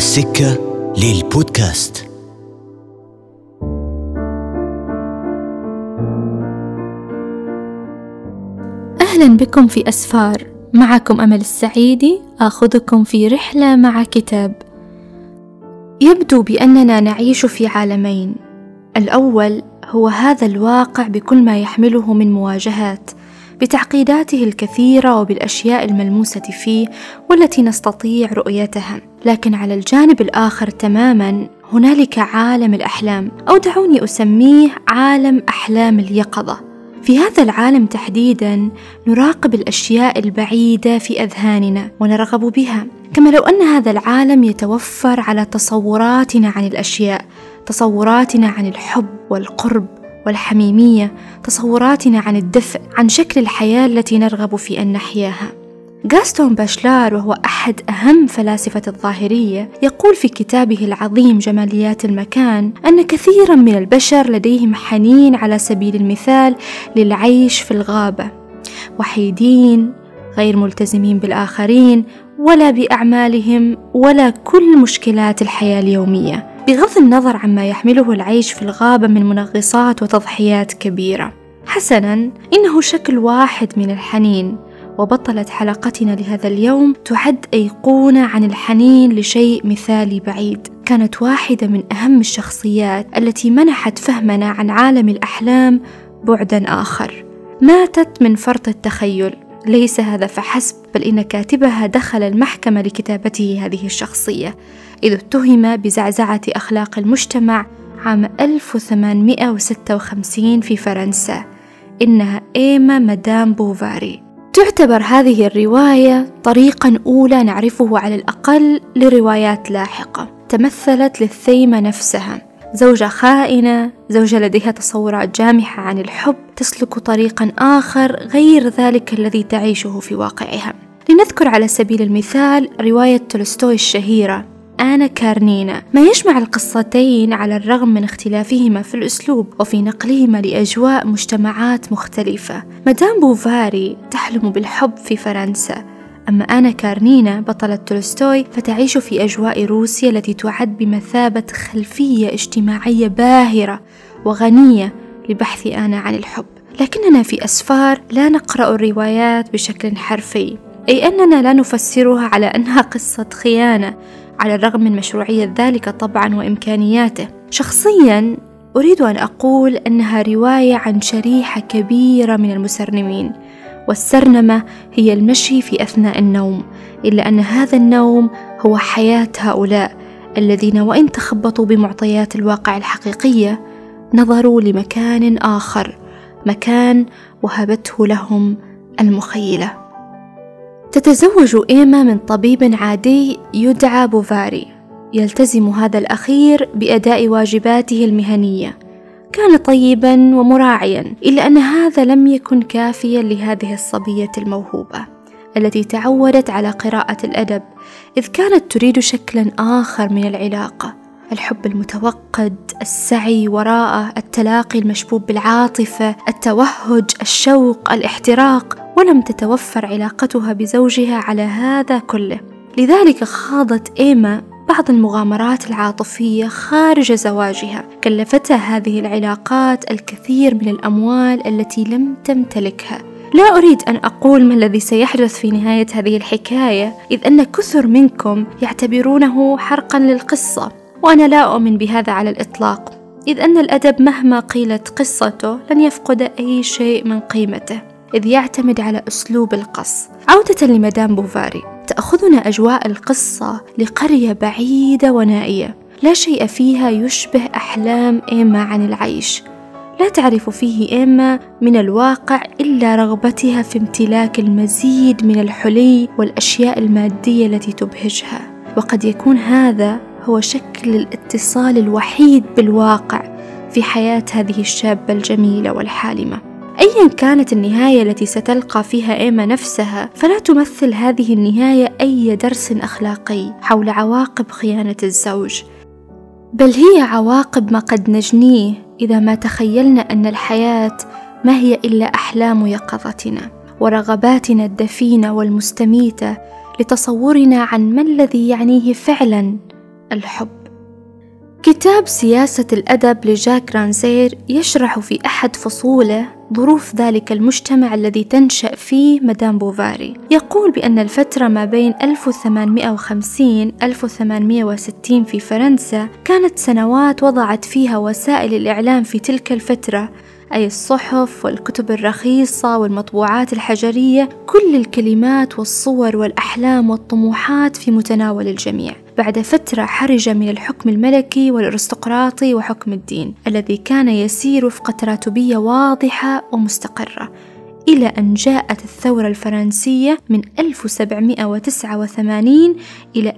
السكة للبودكاست. أهلا بكم في أسفار، معكم أمل السعيدي، آخذكم في رحلة مع كتاب. يبدو بأننا نعيش في عالمين، الأول هو هذا الواقع بكل ما يحمله من مواجهات، بتعقيداته الكثيرة وبالأشياء الملموسة فيه والتي نستطيع رؤيتها. لكن على الجانب الآخر تماما هنالك عالم الأحلام، أو دعوني أسميه عالم أحلام اليقظة. في هذا العالم تحديدا نراقب الأشياء البعيدة في أذهاننا ونرغب بها، كما لو أن هذا العالم يتوفر على تصوراتنا عن الأشياء، تصوراتنا عن الحب والقرب والحميمية، تصوراتنا عن الدفء، عن شكل الحياة التي نرغب في أن نحياها. غاستون باشلار، وهو أحد أهم فلاسفة الظاهرية، يقول في كتابه العظيم جماليات المكان أن كثيرا من البشر لديهم حنين على سبيل المثال للعيش في الغابة، وحيدين، غير ملتزمين بالآخرين ولا بأعمالهم ولا كل مشكلات الحياة اليومية، بغض النظر عما يحمله العيش في الغابة من منغصات وتضحيات كبيرة. حسنا، إنه شكل واحد من الحنين، وبطلت حلقتنا لهذا اليوم تعد أيقونة عن الحنين لشيء مثالي بعيد. كانت واحدة من أهم الشخصيات التي منحت فهمنا عن عالم الأحلام بعدا آخر. ماتت من فرط التخيل. ليس هذا فحسب، بل إن كاتبها دخل المحكمة لكتابته هذه الشخصية، إذ اتهم بزعزعة أخلاق المجتمع عام 1856 في فرنسا. إنها إيما مدام بوفاري. تعتبر هذه الرواية طريقا أولى نعرفه على الأقل لروايات لاحقة تمثلت للثيمة نفسها، زوجة خائنة، زوجة لديها تصورات جامحة عن الحب، تسلك طريقا آخر غير ذلك الذي تعيشه في واقعها. لنذكر على سبيل المثال رواية تولستوي الشهيرة آنا كارنينا، ما يجمع القصتين على الرغم من اختلافهما في الأسلوب وفي نقلهما لأجواء مجتمعات مختلفة. مدام بوفاري تحلم بالحب في فرنسا، أما آنا كارنينا بطلة تولستوي فتعيش في أجواء روسيا التي تعد بمثابة خلفية اجتماعية باهرة وغنية لبحث آنا عن الحب. لكننا في أسفار لا نقرأ الروايات بشكل حرفي، أي أننا لا نفسرها على أنها قصة خيانة، على الرغم من مشروعية ذلك طبعا وإمكانياته. شخصيا أريد أن أقول أنها رواية عن شريحة كبيرة من المسرنمين، والسرنمة هي المشي في أثناء النوم، إلا أن هذا النوم هو حياة هؤلاء الذين وإن تخبطوا بمعطيات الواقع الحقيقية نظروا لمكان آخر، مكان وهبته لهم المخيلة. تتزوج إيما من طبيب عادي يدعى بوفاري، يلتزم هذا الأخير بأداء واجباته المهنية. كان طيبا ومراعيا، إلا أن هذا لم يكن كافيا لهذه الصبية الموهوبة التي تعودت على قراءة الأدب، إذ كانت تريد شكلا آخر من العلاقة، الحب المتوقد، السعي وراءه، التلاقي المشبوب بالعاطفة، التوهج، الشوق، الاحتراق، ولم تتوفر علاقتها بزوجها على هذا كله. لذلك خاضت إيما بعض المغامرات العاطفية خارج زواجها، كلفتها هذه العلاقات الكثير من الأموال التي لم تمتلكها. لا أريد أن أقول ما الذي سيحدث في نهاية هذه الحكاية، إذ أن كثر منكم يعتبرونه حرقا للقصة، وأنا لا أؤمن بهذا على الإطلاق، إذ أن الأدب مهما قيلت قصته لن يفقد أي شيء من قيمته، إذ يعتمد على أسلوب القص. عودة لمدام بوفاري، تأخذنا أجواء القصة لقرية بعيدة ونائية، لا شيء فيها يشبه أحلام إيما عن العيش. لا تعرف فيه إيما من الواقع إلا رغبتها في امتلاك المزيد من الحلي والأشياء المادية التي تبهجها، وقد يكون هذا هو شكل الاتصال الوحيد بالواقع في حياة هذه الشابة الجميلة والحالمة. أيا كانت النهاية التي ستلقى فيها إيما نفسها، فلا تمثل هذه النهاية أي درس أخلاقي حول عواقب خيانة الزوج، بل هي عواقب ما قد نجنيه إذا ما تخيلنا أن الحياة ما هي إلا أحلام يقظتنا ورغباتنا الدفينة والمستميتة لتصورنا عن ما الذي يعنيه فعلا الحب. كتاب سياسة الأدب لجاك رانزير يشرح في أحد فصوله ظروف ذلك المجتمع الذي تنشأ فيه مدام بوفاري. يقول بأن الفترة ما بين 1850-1860 في فرنسا كانت سنوات وضعت فيها وسائل الإعلام في تلك الفترة، أي الصحف والكتب الرخيصة والمطبوعات الحجرية، كل الكلمات والصور والأحلام والطموحات في متناول الجميع، بعد فترة حرجة من الحكم الملكي والأرستقراطي وحكم الدين الذي كان يسير وفق تراتبية واضحة ومستقرة، إلى أن جاءت الثورة الفرنسية من 1789 إلى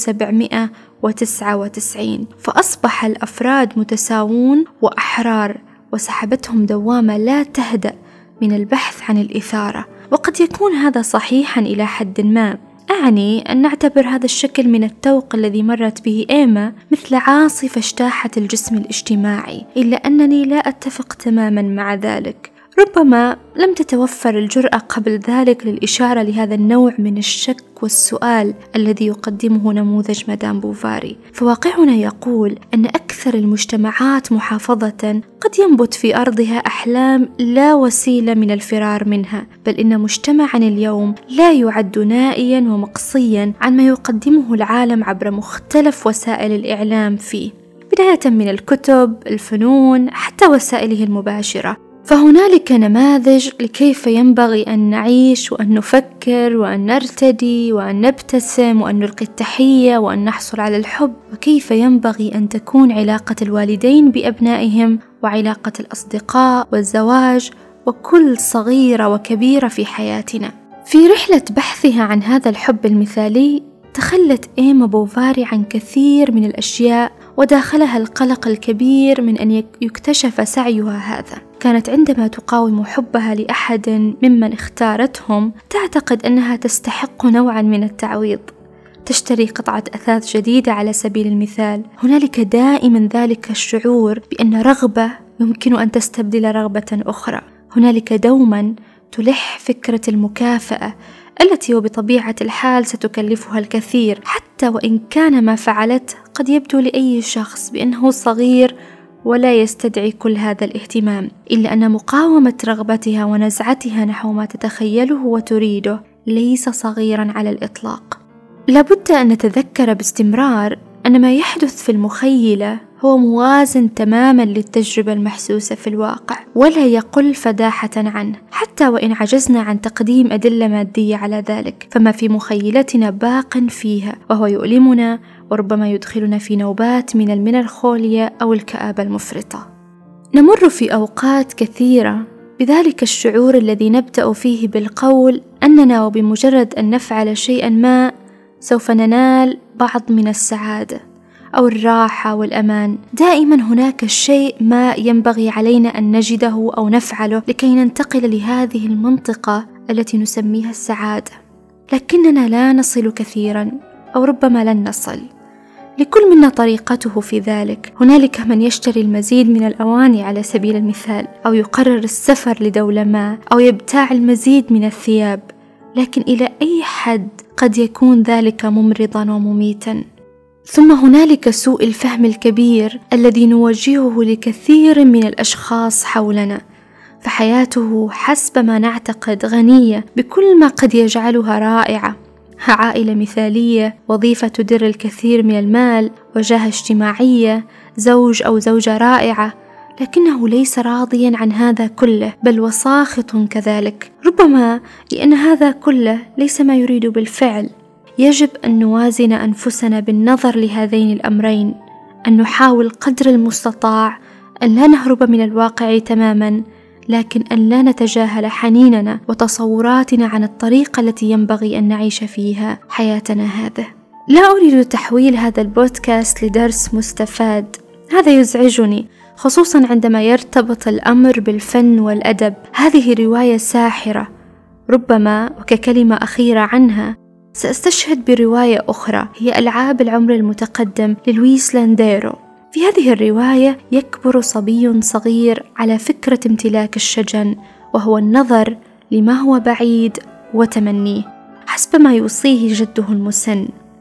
1799، فأصبح الأفراد متساوون وأحرار، وسحبتهم دوامة لا تهدأ من البحث عن الإثارة. وقد يكون هذا صحيحا إلى حد ما، أعني أن نعتبر هذا الشكل من التوق الذي مرت به إيما مثل عاصفة اجتاحت الجسم الاجتماعي، إلا أنني لا أتفق تماما مع ذلك. ربما لم تتوفر الجرأة قبل ذلك للإشارة لهذا النوع من الشك والسؤال الذي يقدمه نموذج مدام بوفاري. فواقعنا يقول أن أكثر المجتمعات محافظة قد ينبت في أرضها أحلام لا وسيلة من الفرار منها، بل إن مجتمعنا اليوم لا يعد نائيا ومقصيا عن ما يقدمه العالم عبر مختلف وسائل الإعلام فيه، بداية من الكتب، الفنون، حتى وسائله المباشرة. فهنالك نماذج لكيف ينبغي أن نعيش وأن نفكر وأن نرتدي وأن نبتسم وأن نلقي التحية وأن نحصل على الحب، وكيف ينبغي أن تكون علاقة الوالدين بأبنائهم وعلاقة الأصدقاء والزواج وكل صغيرة وكبيرة في حياتنا. في رحلة بحثها عن هذا الحب المثالي تخلت إيما بوفاري عن كثير من الأشياء، وداخلها القلق الكبير من أن يكتشف سعيها هذا. كانت عندما تقاوم حبها لأحد ممن اختارتهم تعتقد أنها تستحق نوعا من التعويض، تشتري قطعة أثاث جديدة على سبيل المثال. هنالك دائما ذلك الشعور بأن رغبة يمكن أن تستبدل رغبة أخرى. هنالك دوما تلح فكرة المكافأة التي وبطبيعة الحال ستكلفها الكثير، حتى وإن كان ما فعلته قد يبدو لأي شخص بأنه صغير ولا يستدعي كل هذا الاهتمام، إلا أن مقاومة رغبتها ونزعتها نحو ما تتخيله وتريده ليس صغيرا على الإطلاق. لابد أن نتذكر باستمرار أن ما يحدث في المخيلة هو موازن تماما للتجربة المحسوسة في الواقع، ولا يقل فداحة عنه، حتى وإن عجزنا عن تقديم أدلة مادية على ذلك، فما في مخيلتنا باق فيها، وهو يؤلمنا وربما يدخلنا في نوبات من الميلانخوليا أو الكآبة المفرطة. نمر في أوقات كثيرة بذلك الشعور الذي نبدأ فيه بالقول أننا وبمجرد أن نفعل شيئا ما سوف ننال بعض من السعادة أو الراحة والأمان. دائما هناك شيء ما ينبغي علينا أن نجده أو نفعله لكي ننتقل لهذه المنطقة التي نسميها السعادة، لكننا لا نصل كثيرا أو ربما لن نصل. لكل منا طريقته في ذلك. هنالك من يشتري المزيد من الأواني على سبيل المثال، أو يقرر السفر لدولة ما، أو يبتاع المزيد من الثياب، لكن إلى أي حد قد يكون ذلك ممرضا ومميتا. ثم هنالك سوء الفهم الكبير الذي نواجهه لكثير من الأشخاص حولنا، فحياته حسب ما نعتقد غنية بكل ما قد يجعلها رائعة: عائلة مثالية، وظيفة تدر الكثير من المال، وجاهة اجتماعية، زوج أو زوجة رائعة، لكنه ليس راضيا عن هذا كله، بل وساخط كذلك، ربما لأن هذا كله ليس ما يريد بالفعل. يجب أن نوازن أنفسنا بالنظر لهذين الأمرين، أن نحاول قدر المستطاع أن لا نهرب من الواقع تماما، لكن أن لا نتجاهل حنيننا وتصوراتنا عن الطريقة التي ينبغي أن نعيش فيها حياتنا هذه. لا أريد تحويل هذا البودكاست لدرس مستفاد، هذا يزعجني، خصوصا عندما يرتبط الأمر بالفن والأدب. هذه رواية ساحرة، ربما وككلمة أخيرة عنها سأستشهد برواية أخرى، هي ألعاب العمر المتقدم للويس لانديرو. في هذه الرواية يكبر صبي صغير على فكرة امتلاك الشجن، وهو النظر لما هو بعيد وتمنيه حسب ما يوصيه جده المسن.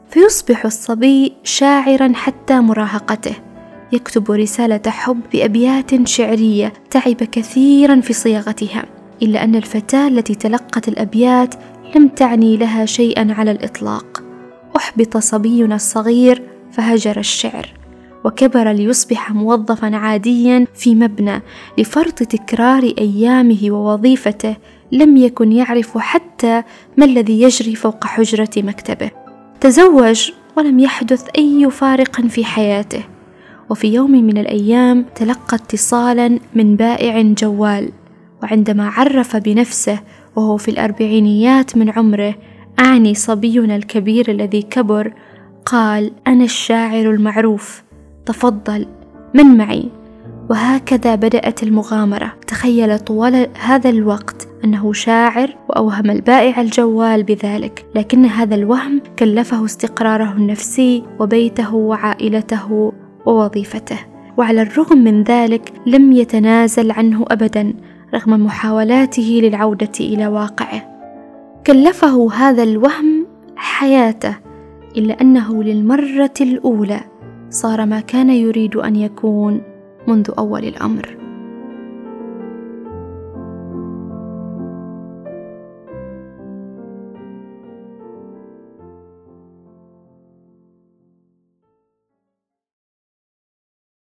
فيصبح الصبي شاعرا حتى مراهقته، يكتب رسالة حب بأبيات شعرية تعب كثيرا في صياغتها، إلا أن الفتاة التي تلقت الأبيات لم تعني لها شيئا على الإطلاق. أحبط صبينا الصغير فهجر الشعر، وكبر ليصبح موظفا عاديا في مبنى لفرط تكرار أيامه ووظيفته، لم يكن يعرف حتى ما الذي يجري فوق حجرة مكتبه. تزوج ولم يحدث أي فارق في حياته، وفي يوم من الأيام تلقى اتصالا من بائع جوال، وعندما عرف بنفسه وهو في الأربعينيات من عمره، أعني صبينا الكبير الذي كبر، قال: أنا الشاعر المعروف، تفضل، من معي؟ وهكذا بدأت المغامرة. تخيل طوال هذا الوقت أنه شاعر، وأوهم البائع الجوال بذلك، لكن هذا الوهم كلفه استقراره النفسي وبيته وعائلته ووظيفته، وعلى الرغم من ذلك لم يتنازل عنه أبدا رغم محاولاته للعودة إلى واقعه. كلفه هذا الوهم حياته، إلا أنه للمرة الأولى صار ما كان يريد أن يكون منذ أول الأمر.